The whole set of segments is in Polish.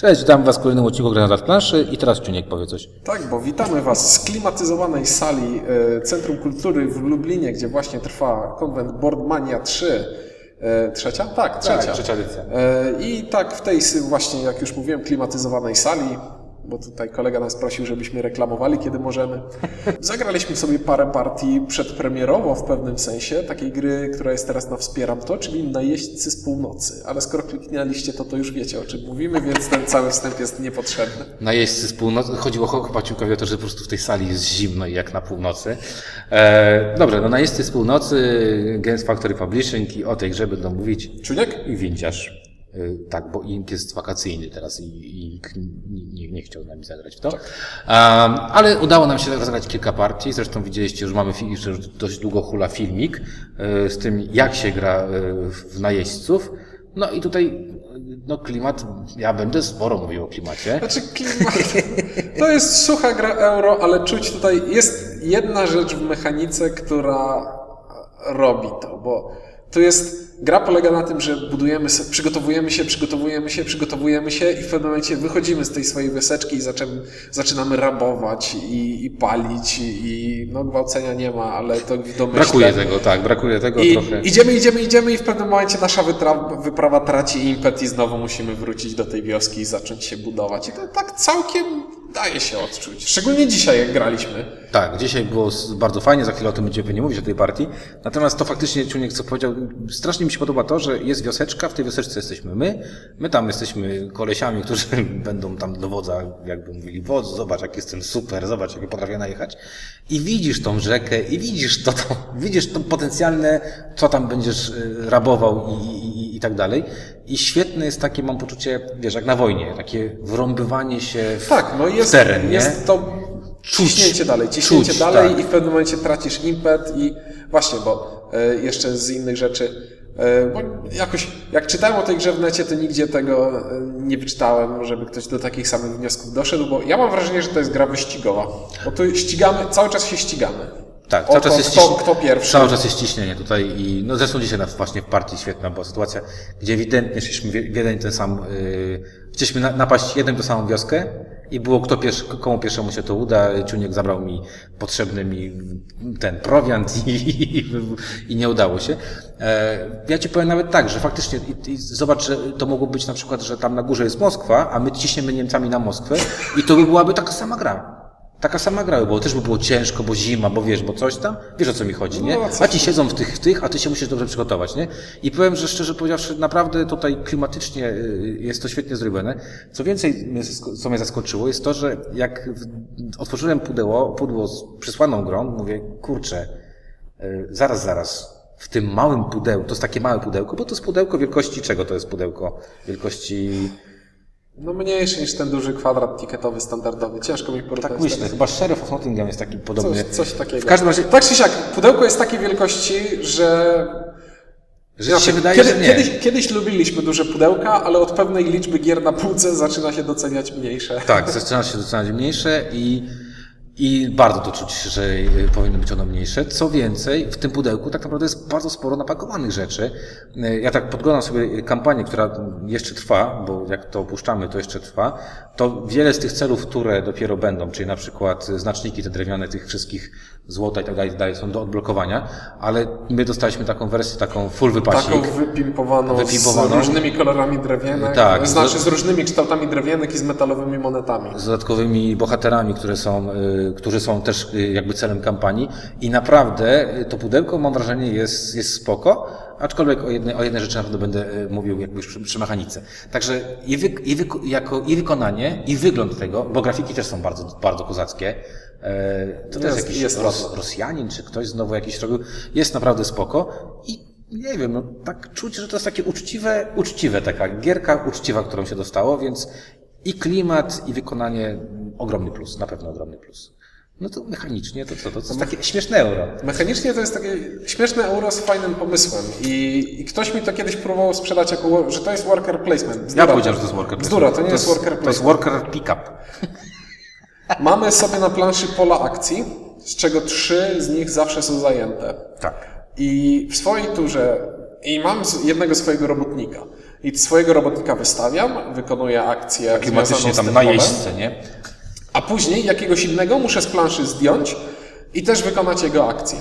Cześć, witam Was w kolejnym odcinku Granat w planszy i teraz Czuniek powie coś. Tak, bo witamy Was z klimatyzowanej sali Centrum Kultury w Lublinie, gdzie właśnie trwa konwent Boardmania 3. Trzecia? Tak, trzecia. Tak, trzecia edycja. I tak w tej właśnie, jak już mówiłem, klimatyzowanej sali, bo tutaj kolega nas prosił, żebyśmy reklamowali, kiedy możemy. Zagraliśmy sobie parę partii przedpremierowo w pewnym sensie, takiej gry, która jest teraz na Wspieram To, czyli Najeźdźcy z Północy. Ale skoro kliknęliście, to już wiecie, o czym mówimy, więc ten cały wstęp jest niepotrzebny. Najeźdźcy z północy. Chodziło chyba Ciunkowi o to, że po prostu w tej sali jest zimno i jak na północy. Dobrze, no Najeźdźcy z Północy, Games Factory Publishing i o tej grze będą mówić Czuniek? i Windziarz. Tak, bo Ink jest wakacyjny teraz i nie chciał z nami zagrać w to. Tak. Ale udało nam się zagrać kilka partii. Zresztą widzieliście, już mamy że dość długo hula filmik z tym, jak się gra w najeźdźców. No i tutaj klimat, ja będę sporo mówił o klimacie. Znaczy klimat, to jest sucha gra euro, ale czuć tutaj, jest jedna rzecz w mechanice, która robi to, bo to jest, gra polega na tym, że budujemy, przygotowujemy się i w pewnym momencie wychodzimy z tej swojej wioseczki i zaczynamy rabować i palić i gwałcenia nie ma, ale to w domyśle. Brakuje tego I trochę. Idziemy i w pewnym momencie nasza wyprawa traci impet i znowu musimy wrócić do tej wioski i zacząć się budować. I to tak całkiem daje się odczuć. Szczególnie dzisiaj, jak graliśmy. Tak, dzisiaj było bardzo fajnie, za chwilę o tym będziemy pewnie mówić, o tej partii. Natomiast to faktycznie, Czuniek, co powiedział, strasznie mi się podoba to, że jest wioseczka, w tej wioseczce jesteśmy my tam jesteśmy kolesiami, którzy będą tam do wodza, jakby mówili, wodz, zobacz jak jestem super, zobacz jak potrafię najechać. I widzisz tą rzekę i widzisz to potencjalne, co tam będziesz rabował i tak dalej. I świetne jest takie, mam poczucie, wiesz, jak na wojnie, takie wrąbywanie się w teren, nie? Jest to ciśnięcie dalej tak. I w pewnym momencie tracisz impet i właśnie, bo jeszcze z innych rzeczy, bo jakoś, jak czytałem o tej grze w necie, to nigdzie tego nie wyczytałem, żeby ktoś do takich samych wniosków doszedł, bo ja mam wrażenie, że to jest gra wyścigowa, bo tu cały czas się ścigamy. Tak, cały czas jest kto pierwszy. Cały czas jest ciśnienie tutaj i zresztą dzisiaj właśnie w partii świetna była sytuacja, gdzie ewidentnie szliśmy w jeden ten sam, chcieliśmy napaść jedną tą samą wioskę i było komu pierwszemu się to uda. Czuniek zabrał mi potrzebny mi ten prowiant i nie udało się. Ja ci powiem nawet tak, że faktycznie zobacz, że to mogło być na przykład, że tam na górze jest Moskwa, a my ciśniemy Niemcami na Moskwę i to byłaby taka sama gra. Taka sama gra, bo też by było ciężko, bo zima, bo wiesz, bo coś tam. Wiesz, o co mi chodzi, nie? A ci siedzą w tych, a ty się musisz dobrze przygotować, nie? I powiem, że szczerze powiedziawszy, naprawdę tutaj klimatycznie jest to świetnie zrobione. Co więcej, co mnie zaskoczyło, jest to, że jak otworzyłem pudło z przysłaną grą, mówię, kurczę, zaraz. W tym małym pudełku, to jest takie małe pudełko, bo to jest pudełko wielkości czego to jest pudełko? Wielkości... No mniejszy niż ten duży kwadrat ticketowy, standardowy. Ciężko mi porównać. Tak myślę, chyba Sheriff of Nottingham jest taki podobny. Coś takiego. W każdym razie... Tak czy siak, pudełko jest takiej wielkości, że się wydaje, że nie. Kiedyś lubiliśmy duże pudełka, ale od pewnej liczby gier na półce zaczyna się doceniać mniejsze. Tak, zaczyna się doceniać mniejsze i bardzo to czuć, że powinno być ono mniejsze. Co więcej, w tym pudełku tak naprawdę jest bardzo sporo napakowanych rzeczy. Ja tak podglądam sobie kampanię, która jeszcze trwa, bo jak to opuszczamy, to jeszcze trwa, to wiele z tych celów, które dopiero będą, czyli na przykład znaczniki te drewniane tych wszystkich złota i tak dalej, są do odblokowania, ale my dostaliśmy taką wersję, taką full wypasik. Taką wypimpowaną. Z różnymi kolorami drewienek, tak, z różnymi kształtami drewienek i z metalowymi monetami. Z dodatkowymi bohaterami, którzy są też jakby celem kampanii i naprawdę to pudełko, mam wrażenie, jest spoko, aczkolwiek o jednej rzeczy na pewno będę mówił jakby już przy mechanice. Także i wykonanie, i wygląd tego, bo grafiki też są bardzo, bardzo kozackie. To też jakiś Rosjanin, czy ktoś znowu jakiś robił, jest naprawdę spoko i nie wiem, tak czuć, że to jest takie uczciwe taka gierka uczciwa, którą się dostało, więc i klimat, i wykonanie ogromny plus, na pewno ogromny plus. No to mechanicznie to co? To jest takie śmieszne euro. Mechanicznie to jest takie śmieszne euro z fajnym pomysłem i ktoś mi to kiedyś próbował sprzedać jako, że to jest worker placement. Bzdura. Ja powiedziałem, że to jest worker placement. Bzdura, to nie jest worker placement. To jest worker pick-up. Mamy sobie na planszy pola akcji, z czego 3 z nich zawsze są zajęte. Tak. I w swojej turze, i mam jednego swojego robotnika. I swojego robotnika wystawiam, wykonuję akcję Klimatycznie związaną z tam tym na polem, jeźdźce, nie? a później jakiegoś innego muszę z planszy zdjąć i też wykonać jego akcję.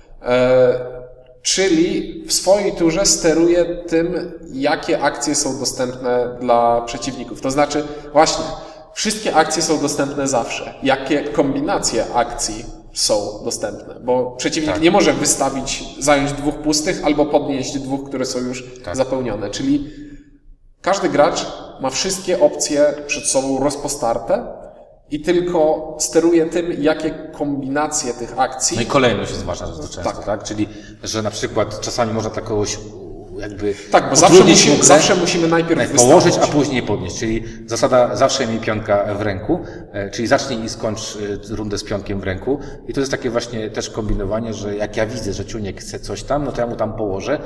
Czyli w swojej turze steruję tym, jakie akcje są dostępne dla przeciwników. To znaczy, właśnie, wszystkie akcje są dostępne zawsze. Jakie kombinacje akcji są dostępne, bo przeciwnik nie może wystawić, zająć 2 pustych albo podnieść 2, które są już zapełnione. Czyli każdy gracz ma wszystkie opcje przed sobą rozpostarte i tylko steruje tym, jakie kombinacje tych akcji. No i kolejność jest ważna bardzo często, tak? Czyli, że na przykład czasami można tak kogoś jakby Tak, bo zawsze musimy najpierw położyć, a później podnieść. Czyli zasada zawsze miej pionka w ręku, czyli zacznij i skończ rundę z pionkiem w ręku. I to jest takie właśnie też kombinowanie, że jak ja widzę, że ciuniek chce coś tam, no to ja mu tam położę,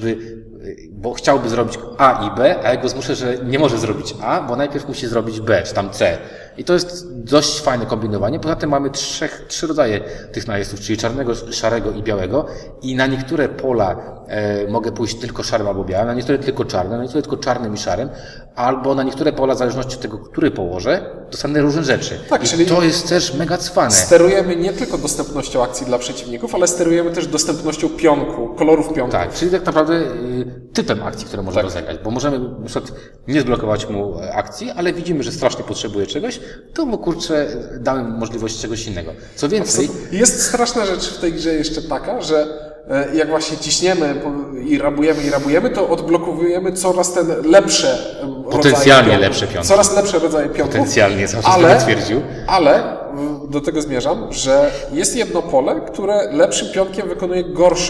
bo chciałby zrobić A i B, a ja go zmuszę, że nie może zrobić A, bo najpierw musi zrobić B, czy tam C. I to jest dość fajne kombinowanie. Poza tym mamy trzy rodzaje tych najeźdźców, czyli czarnego, szarego i białego. I na niektóre pola mogę pójść tylko szarym albo białym, na niektóre tylko czarne, na niektóre tylko czarnym i szarym, albo na niektóre pola, w zależności od tego, który położę, dostanę różne rzeczy. Tak, I czyli to jest też mega cwane. Sterujemy nie tylko dostępnością akcji dla przeciwników, ale sterujemy też dostępnością pionku, kolorów pionku. Tak, czyli tak naprawdę typem akcji, które możemy rozegrać, bo możemy na przykład nie zblokować mu akcji, ale widzimy, że strasznie potrzebuje czegoś, to mu kurczę damy możliwość czegoś innego. Co więcej... Jest straszna rzecz w tej grze jeszcze taka, że jak właśnie ciśniemy i rabujemy, to odblokowujemy coraz ten lepsze potencjalnie lepsze pionki. Coraz lepsze rodzaje pionków. Potencjalnie, zawsze twierdził. Ale do tego zmierzam, że jest jedno pole, które lepszym pionkiem wykonuje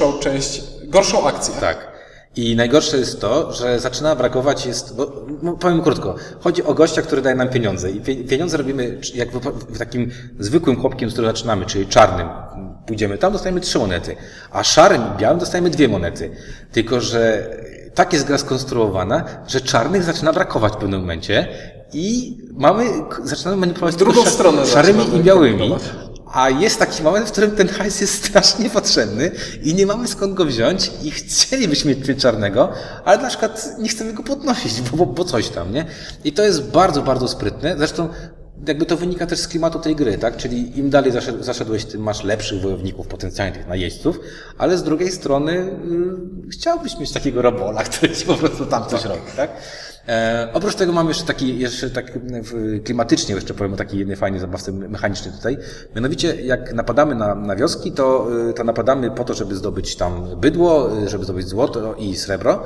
gorszą akcję. Tak. I najgorsze jest to, że zaczyna brakować bo powiem krótko, chodzi o gościa, który daje nam pieniądze i pieniądze robimy jak w takim zwykłym chłopkiem, z którego zaczynamy, czyli czarnym. Pójdziemy tam, dostajemy 3 monety, a szarym i białym dostajemy 2 monety. Tylko, że tak jest gra skonstruowana, że czarnych zaczyna brakować w pewnym momencie i zaczynamy manipulować drugą stronę szarymi i białymi. A jest taki moment, w którym ten hajs jest strasznie potrzebny i nie mamy skąd go wziąć i chcielibyśmy mieć czarnego, ale na przykład nie chcemy go podnosić, bo coś tam, nie? I to jest bardzo, bardzo sprytne. Zresztą jakby to wynika też z klimatu tej gry, tak? Czyli im dalej zaszedłeś, tym masz lepszych wojowników, potencjalnie tych najeźdźców, ale z drugiej strony chciałbyś mieć takiego robola, który ci po prostu tam coś robi, tak? Oprócz tego mamy jeszcze tak klimatycznie jeszcze powiem o takiej jednej fajnej zabawce mechanicznej tutaj. Mianowicie jak napadamy na wioski, to napadamy po to, żeby zdobyć tam bydło, żeby zdobyć złoto i srebro,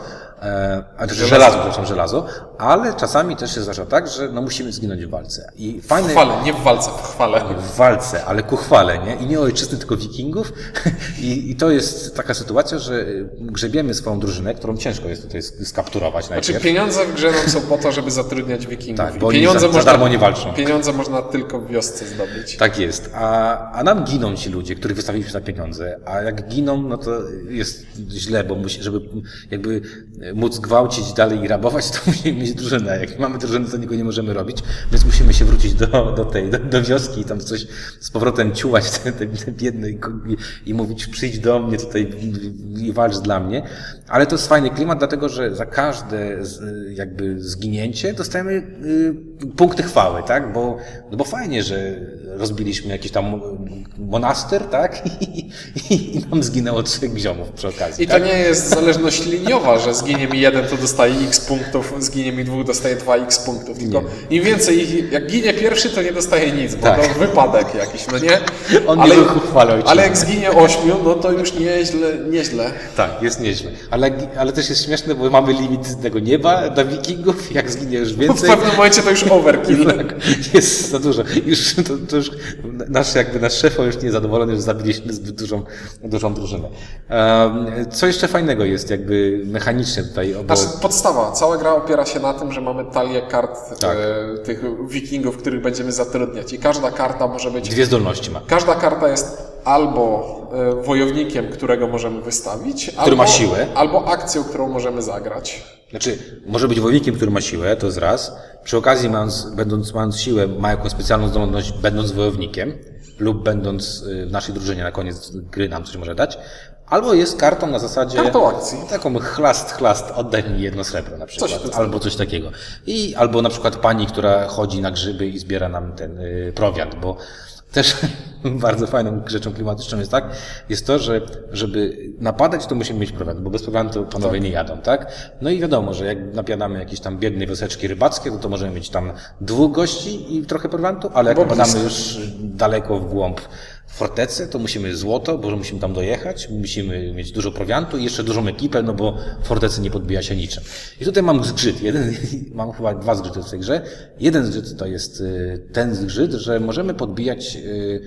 żelazo, ale czasami też się zdarza tak, że musimy zginąć w walce. W chwale, nie w walce, w chwale. W walce, ale ku chwale, nie? I nie ojczyzny, tylko wikingów. I to jest taka sytuacja, że grzebiemy swoją drużynę, którą ciężko jest tutaj skapturować najpierw. Znaczy pieniądze w grze nam są po to, żeby zatrudniać wikingów. Tak, bo pieniądze za darmo nie walczą. Pieniądze można tylko w wiosce zdobyć. Tak jest. A nam giną ci ludzie, których wystawiliśmy na pieniądze. A jak giną, no to jest źle, bo żeby jakby móc gwałcić dalej i rabować, to musimy mieć drużynę. Jak nie mamy drużyny, to niego nie możemy robić, więc musimy się wrócić do wioski i tam coś z powrotem ciułać te biedne i mówić, przyjdź do mnie tutaj i walcz dla mnie. Ale to jest fajny klimat, dlatego że za każde jakby zginięcie dostajemy punkty chwały, tak? Bo fajnie, że rozbiliśmy jakiś tam monaster, tak? I nam zginęło 3 gziomów przy okazji. I to nie jest zależność liniowa, że zginie mi 1, to dostaje x punktów, zginie mi 2, dostaje 2x punktów. Tylko im więcej, jak ginie pierwszy, to nie dostaje nic, bo to wypadek jakiś, no nie? On nie uchwalał. Ale jak zginie 8, no to już nieźle. Tak, jest nieźle. Ale też jest śmieszne, bo mamy limit tego nieba dla wikingów, jak zginie już więcej. W pewnym momencie to już overkill. Tak, jest za dużo. Już to już nasz szef już nie jest zadowolony, że zabiliśmy zbyt dużą drużynę. Co jeszcze fajnego jest jakby mechanicznie tutaj? Podstawa. Cała gra opiera się na tym, że mamy talię kart tych wikingów, których będziemy zatrudniać. I każda karta może być... 2 zdolności ma. Każda karta jest albo wojownikiem, którego możemy wystawić, który ma siłę, albo akcją, którą możemy zagrać. Znaczy, może być wojownikiem, który ma siłę, to jest raz. Przy okazji, mając siłę, ma jakąś specjalną zdolność, będąc wojownikiem lub będąc w naszej drużynie, na koniec gry nam coś może dać. Albo jest kartą na zasadzie... Kartą akcji. Taką chlast, oddaj mi 1 srebro na przykład. Albo coś takiego. Albo na przykład pani, która chodzi na grzyby i zbiera nam ten prowiant, bo też bardzo fajną rzeczą klimatyczną jest to, że żeby napadać, to musimy mieć prowiant, bo bez prowiantu panowie nie jadą, tak? No i wiadomo, że jak napadamy jakieś tam biedne wioseczki rybackie, to możemy mieć tam 2 gości i trochę prowiantu, ale jak napadamy już daleko w głąb fortecy, to musimy złoto, bo musimy tam dojechać, musimy mieć dużo prowiantu i jeszcze dużą ekipę, no bo fortecy nie podbija się niczym. I tutaj mam zgrzyt. Mam chyba 2 zgrzyty w tej grze. Jeden zgrzyt to jest ten zgrzyt, że możemy podbijać,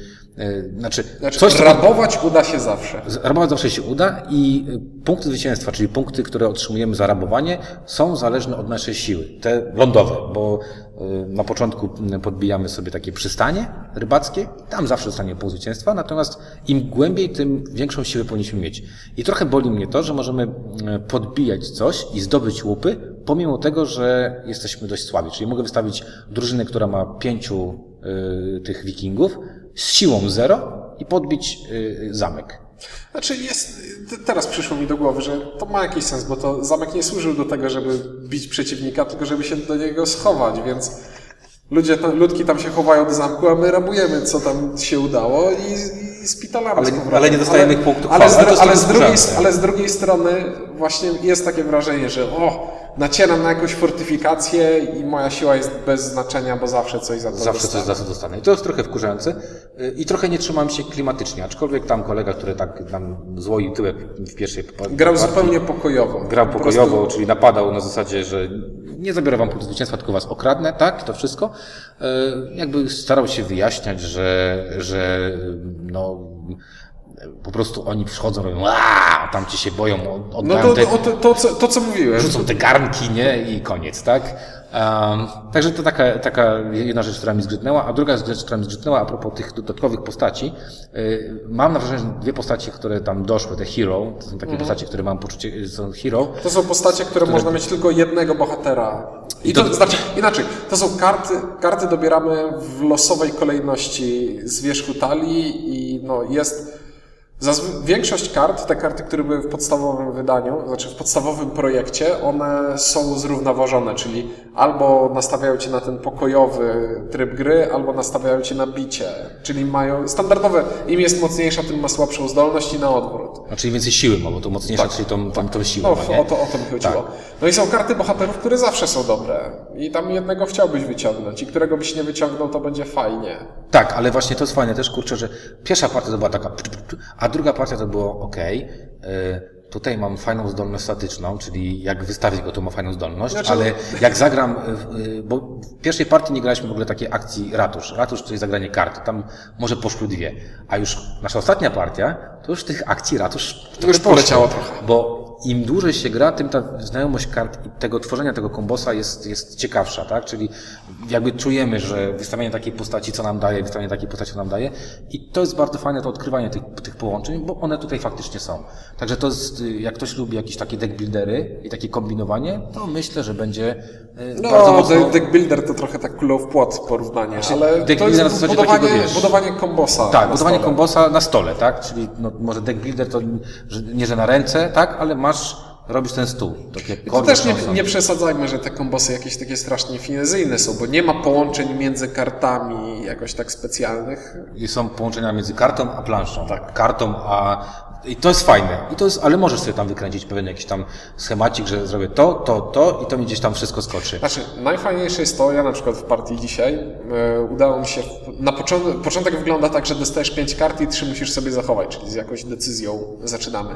rabować uda się zawsze. Rabować zawsze się uda i punkty zwycięstwa, czyli punkty, które otrzymujemy za rabowanie, są zależne od naszej siły. Te lądowe, bo na początku podbijamy sobie takie przystanie rybackie, tam zawsze zostanie punkt zwycięstwa, natomiast im głębiej, tym większą siłę powinniśmy mieć. I trochę boli mnie to, że możemy podbijać coś i zdobyć łupy, pomimo tego, że jesteśmy dość słabi. Czyli mogę wystawić drużynę, która ma 5 tych wikingów, z siłą 0 i podbić zamek. Znaczy teraz przyszło mi do głowy, że to ma jakiś sens, bo to zamek nie służył do tego, żeby bić przeciwnika, tylko żeby się do niego schować, więc ludki tam się chowają do zamku, a my rabujemy, co tam się udało i spitolamy. Ale nie dostajemy punktów. Ale z drugiej strony właśnie jest takie wrażenie, że nacieram na jakąś fortyfikację i moja siła jest bez znaczenia, bo zawsze coś za to dostanę. I to jest trochę wkurzające i trochę nie trzymam się klimatycznie, aczkolwiek tam kolega, który tak nam złoił tyłek w pierwszej grał zupełnie pokojowo. Grał pokojowo, czyli napadał na zasadzie, że nie zabiorę wam punktu zwycięstwa, tylko was okradnę, tak, to wszystko. Jakby starał się wyjaśniać, że po prostu oni przychodzą, robią tam ci się boją, to co mówiłem. Rzucą te garnki, nie? I koniec, tak? Także to taka jedna rzecz, która mi zgrzytnęła, a druga rzecz, która mi zgrzytnęła a propos tych dodatkowych postaci. Mam na wrażenie, że 2 postaci, które tam doszły, te hero, to są takie postacie, które mam poczucie, są hero. To są postacie, które można mieć tylko jednego bohatera. Znaczy, inaczej, to są karty dobieramy w losowej kolejności z wierzchu talii i jest... Większość kart, te karty, które były w podstawowym wydaniu, znaczy w podstawowym projekcie, one są zrównoważone, czyli albo nastawiają cię na ten pokojowy tryb gry, albo nastawiają cię na bicie, czyli mają standardowe, im jest mocniejsza, tym ma słabszą zdolność i na odwrót. Czyli więcej siły ma, bo to mocniejsza, czyli tą siłę ma, nie? O to mi chodziło. Tak. No i są karty bohaterów, które zawsze są dobre i tam jednego chciałbyś wyciągnąć i którego byś nie wyciągnął, to będzie fajnie. Tak, ale właśnie to jest fajne też, kurczę, że pierwsza partia to była taka, a druga partia to było tutaj mam fajną zdolność statyczną, czyli jak wystawić go, to ma fajną zdolność, ale jak zagram, bo w pierwszej partii nie graliśmy w ogóle takiej akcji ratusz. Ratusz, czyli zagranie karty, tam może poszły 2, a już nasza ostatnia partia, to już tych akcji ratusz już poleciało trochę. Bo im dłużej się gra, tym ta znajomość kart i tego tworzenia tego kombosa jest ciekawsza, tak? Czyli jakby czujemy, że wystawienie takiej postaci co nam daje, wystawienie takiej postaci co nam daje i to jest bardzo fajne to odkrywanie tych połączeń, bo one tutaj faktycznie są. Także to jest, jak ktoś lubi jakieś takie deck buildery i takie kombinowanie, to myślę, że będzie bardzo mocno... deck builder to trochę tak kulą w płot porównanie, ale deck to jest na zasadzie takiego, budowanie kombosa. Tak, budowanie kombosa na stole, tak? Czyli może deck builder to nie, że na ręce, tak? Ale robisz ten stół. To też nie przesadzajmy, że te kombosy jakieś takie strasznie finezyjne są, bo nie ma połączeń między kartami jakoś tak specjalnych. I są połączenia między kartą a planszą. Tak. Kartą i to jest fajne. Ale możesz sobie tam wykręcić pewien jakiś tam schemacik, że zrobię to i to mi gdzieś tam wszystko skoczy. Znaczy, najfajniejsze jest to, ja na przykład w partii dzisiaj udało mi się, na początek wygląda tak, że dostajesz 5 kart i 3 musisz sobie zachować, czyli z jakąś decyzją zaczynamy.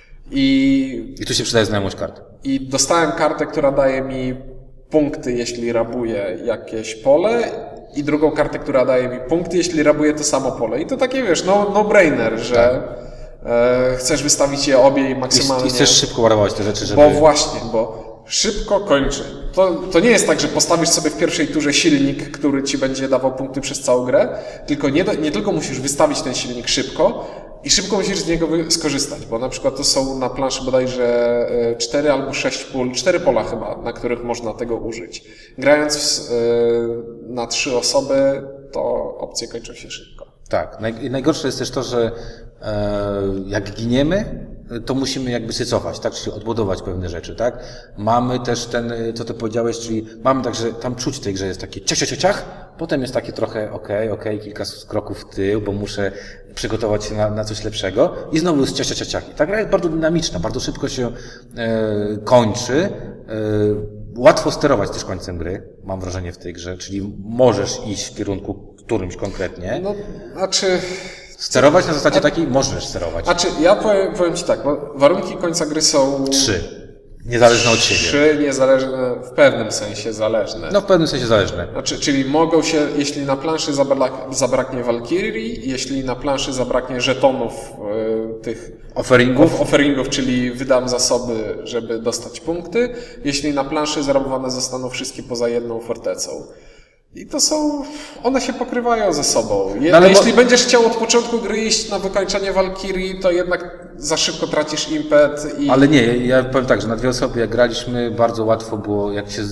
I tu się przydaje znajomość kart. I dostałem kartę, która daje mi punkty, jeśli rabuję jakieś pole i drugą kartę, która daje mi punkty, jeśli rabuję to samo pole. I to takie, no-brainer, że chcesz wystawić je obie i maksymalnie... I chcesz szybko ładować te rzeczy, żeby... Bo szybko kończy. To nie jest tak, że postawisz sobie w pierwszej turze silnik, który ci będzie dawał punkty przez całą grę, tylko nie tylko musisz wystawić ten silnik szybko, i szybko musisz z niego skorzystać, bo na przykład to są na planszy bodajże 4 albo 6 pól, 4 pola chyba, na których można tego użyć. Grając na 3 osoby, to opcje kończą się szybko. Tak. Najgorsze jest też to, że jak giniemy, to musimy jakby sycować, tak? Czyli odbudować pewne rzeczy, tak? Mamy też ten, co ty powiedziałeś, czyli mamy tak, że tam czuć w tej grze jest takie ciach, potem jest takie trochę okej, kilka kroków w tył, bo muszę przygotować się na coś lepszego i znowu jest ciach. I ta gra jest bardzo dynamiczna, bardzo szybko się kończy. Łatwo sterować też końcem gry, mam wrażenie w tej grze, czyli możesz iść w kierunku którymś konkretnie. No, znaczy... Sterować na zasadzie takiej możesz sterować. Znaczy, ja powiem Ci tak, bo warunki końca gry są... 3. Niezależne od siebie. 3 niezależne, w pewnym sensie zależne. No w pewnym sensie zależne. Znaczy, czyli mogą się, jeśli na planszy zabraknie Valkyrii, jeśli na planszy zabraknie żetonów tych offeringów, czyli wydam zasoby, żeby dostać punkty, jeśli na planszy zarabowane zostaną wszystkie poza jedną fortecą. I to są, one się pokrywają ze sobą. Jeśli będziesz chciał od początku gry iść na wykończenie Valkyrii, to jednak za szybko tracisz impet. Ale nie, ja powiem tak, że na 2 osoby jak graliśmy, bardzo łatwo było,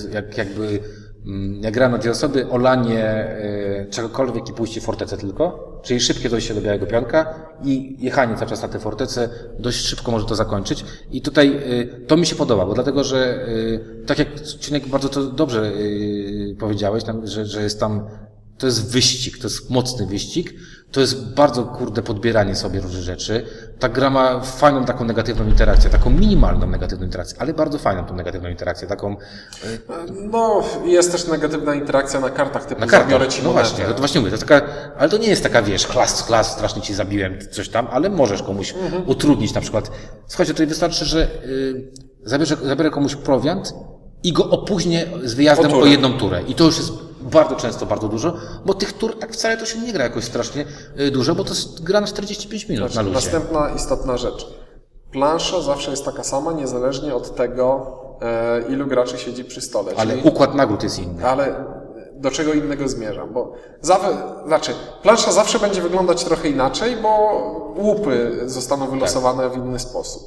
jak grałem na 2 osoby, olanie czegokolwiek i pójście w fortecę tylko, czyli szybkie dojście do białego pionka i jechanie cały czas na tę fortecę, dość szybko może to zakończyć. I tutaj to mi się podoba, bo dlatego, że tak jak Ciunek bardzo to dobrze powiedziałeś, że jest tam, to jest wyścig, to jest mocny wyścig, to jest bardzo podbieranie sobie różnych rzeczy. Ta gra ma fajną taką negatywną interakcję, taką minimalną negatywną interakcję, ale bardzo fajną tą negatywną interakcję, taką... No, jest też negatywna interakcja na kartach typu zabiorę ci monetę. No właśnie mówię, to taka, ale to nie jest taka, wiesz, klas, strasznie ci zabiłem, coś tam, ale możesz komuś utrudnić na przykład. Słuchajcie, tutaj wystarczy, że zabiorę komuś prowiant i go opóźnię z wyjazdem o jedną turę. I to już jest bardzo często, bardzo dużo, bo tych tur tak wcale to się nie gra jakoś strasznie dużo, bo to jest gra na 45 minut na luzie. Następna istotna rzecz. Plansza zawsze jest taka sama, niezależnie od tego, ilu graczy siedzi przy stole. Ale układ nagród jest inny. Ale do czego innego zmierzam? Bo plansza zawsze będzie wyglądać trochę inaczej, bo łupy zostaną wylosowane w inny sposób.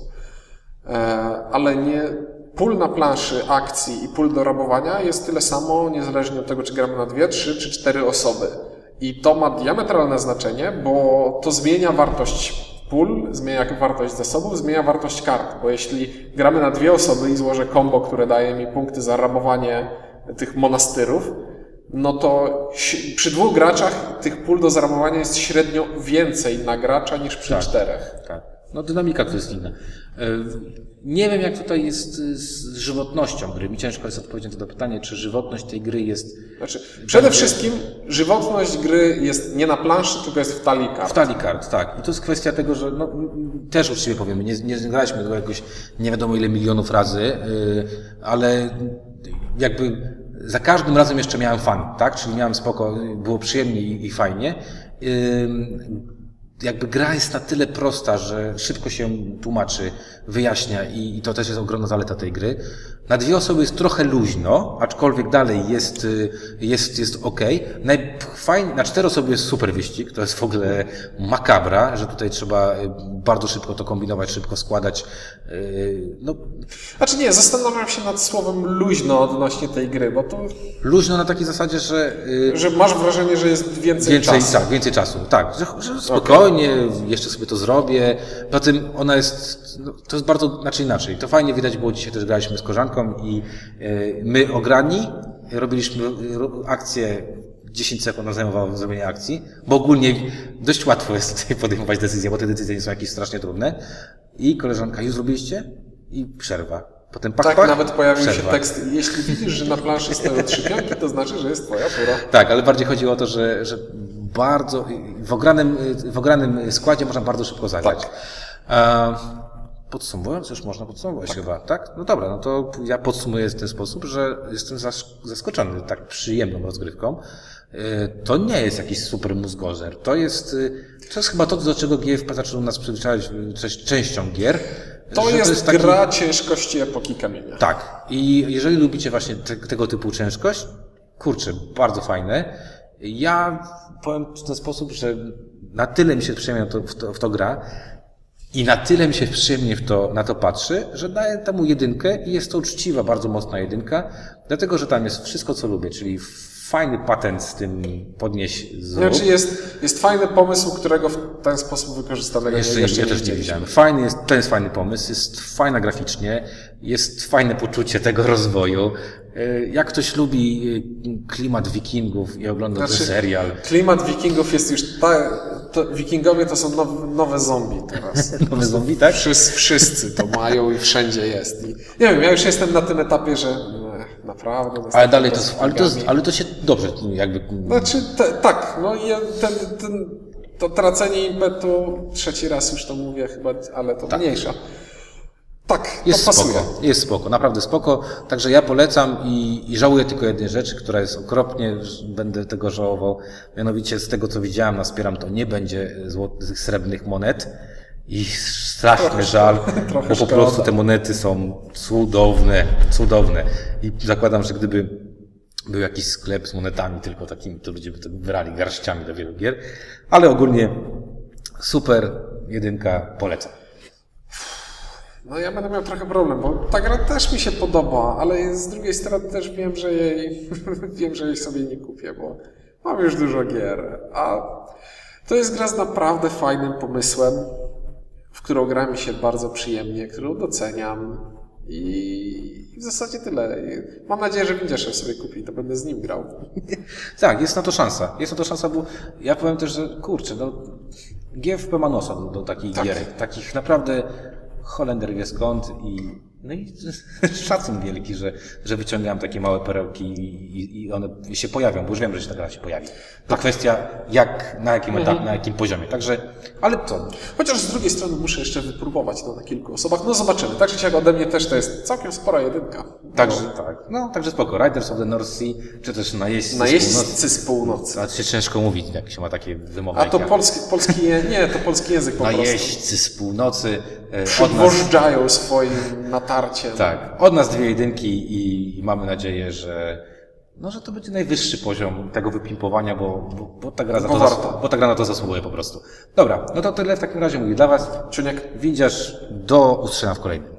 Ale nie... Pól na planszy akcji i pól do rabowania jest tyle samo, niezależnie od tego, czy gramy na 2, 3 czy 4 osoby. I to ma diametralne znaczenie, bo to zmienia wartość pól, zmienia wartość zasobów, zmienia wartość kart. Bo jeśli gramy na 2 osoby i złożę combo, które daje mi punkty za rabowanie tych monastyrów, no to przy 2 graczach tych pól do zarabowania jest średnio więcej na gracza niż przy 4. Tak. No dynamika to jest inna. Nie wiem, jak tutaj jest z żywotnością gry. Mi ciężko jest odpowiedzieć na to pytanie, czy żywotność tej gry jest... Przede wszystkim żywotność gry jest nie na planszy, tylko jest w talii kart. W talii kart, tak. I to jest kwestia tego, że też uczciwie powiemy, nie graliśmy do jakoś nie wiadomo ile milionów razy, ale jakby za każdym razem jeszcze miałem fan, tak? Czyli miałem spoko, było przyjemnie i fajnie. Jakby gra jest na tyle prosta, że szybko się tłumaczy, wyjaśnia i to też jest ogromna zaleta tej gry. Na 2 osoby jest trochę luźno, aczkolwiek dalej jest okej. Na 4 osoby jest super wyścig, to jest w ogóle makabra, że tutaj trzeba bardzo szybko to kombinować, szybko składać. Znaczy nie, zastanawiam się nad słowem luźno odnośnie tej gry, bo to... Luźno na takiej zasadzie, że masz wrażenie, że jest więcej czasu. Tak, więcej czasu. Tak, że spokojnie, jeszcze sobie to zrobię. Poza tym ona jest, to jest bardzo, inaczej. To fajnie widać było, dzisiaj też graliśmy z koleżanką i my ograni robiliśmy akcję, 10 sekund nam zajmowało zrobienie akcji, bo ogólnie dość łatwo jest tutaj podejmować decyzje, bo te decyzje nie są jakieś strasznie trudne. I koleżanka, już zrobiliście? I przerwa. Potem nawet pojawił się tekst, jeśli widzisz, że na planszy stoją 3 pionki, to znaczy, że jest twoja tura. Tak, ale bardziej chodziło o to, że bardzo, w ogranym składzie można bardzo szybko zagrać. Tak. Podsumowując, już można podsumować chyba, tak? No dobra, no to ja podsumuję w ten sposób, że jestem zaskoczony tak przyjemną rozgrywką. To nie jest jakiś super mózgożer. To jest chyba to, do czego GFP zaczął nas przyzwyczajać częścią gier. To jest gra ciężkości epoki kamienia. Tak. I jeżeli lubicie właśnie tego typu ciężkość, kurczę, bardzo fajne. Ja powiem w ten sposób, że na tyle mi się przyjemnie w to gra i na tyle mi się przyjemnie na to patrzy, że daję temu 1 i jest to uczciwa, bardzo mocna 1, dlatego, że tam jest wszystko, co lubię, czyli fajny patent z tym podnieś zrób. Znaczy jest fajny pomysł, którego w ten sposób wykorzystanego Jeszcze też nie widzieliśmy. widziałem. To jest fajny pomysł, jest fajna graficznie, jest fajne poczucie tego rozwoju. Jak ktoś lubi klimat wikingów i ogląda ten serial. Klimat wikingów jest już wikingowie to są nowe zombie teraz. Nowe zombie, tak? Wszyscy to mają i wszędzie jest. I, nie wiem, ja już jestem na tym etapie, że naprawdę... Ale dalej ale to się dobrze jakby... Znaczy, tak, no i to tracenie impetu, trzeci raz już to mówię chyba, ale to mniejsza. Tak, jest to pasuje. Spoko, jest spoko, naprawdę spoko. Także ja polecam i żałuję tylko jednej rzeczy, która jest okropnie, będę tego żałował. Mianowicie z tego, co widziałem na Spieram, to nie będzie złotych, srebrnych monet. I straszny żal, bo po prostu te monety są cudowne, cudowne. I zakładam, że gdyby był jakiś sklep z monetami tylko takimi, to ludzie by to brali garściami do wielu gier. Ale ogólnie super, jedynka, polecam. No ja będę miał trochę problem, bo ta gra też mi się podoba, ale z drugiej strony też wiem, że jej sobie nie kupię, bo mam już dużo gier. A to jest gra z naprawdę fajnym pomysłem, w którą gra mi się bardzo przyjemnie, którą doceniam i w zasadzie tyle. Mam nadzieję, że Windziarz sobie kupi, to będę z nim grał. Tak, jest na to szansa. Jest na to szansa, bo ja powiem też, że kurczę, no GFP ma nosa do takich gierek, takich naprawdę Holender wie skąd no i szacun wielki, że wyciągam takie małe perełki i one się pojawią, bo już wiem, że ta gra się pojawi. To kwestia na jakim etapie, na jakim poziomie. Także, ale co? Chociaż z drugiej strony muszę jeszcze wypróbować to na kilku osobach. No zobaczymy. Tak czy siak ode mnie też to jest całkiem spora jedynka. Także spoko. Riders of the North Sea, czy też Najeźdźcy z północy. A to się ciężko mówić, jak się ma takie wymowy. A to polski język po prostu. Najeźdźcy z północy. Podwożdżają swoim natarciem. Tak. Od nas 2 jedynki i mamy nadzieję, że to będzie najwyższy poziom tego wypimpowania, bo ta gra na to zasługuje po prostu. Dobra, no to tyle w takim razie mówię dla Was. Czuniek. Windziarz, do usłyszenia w kolejnym.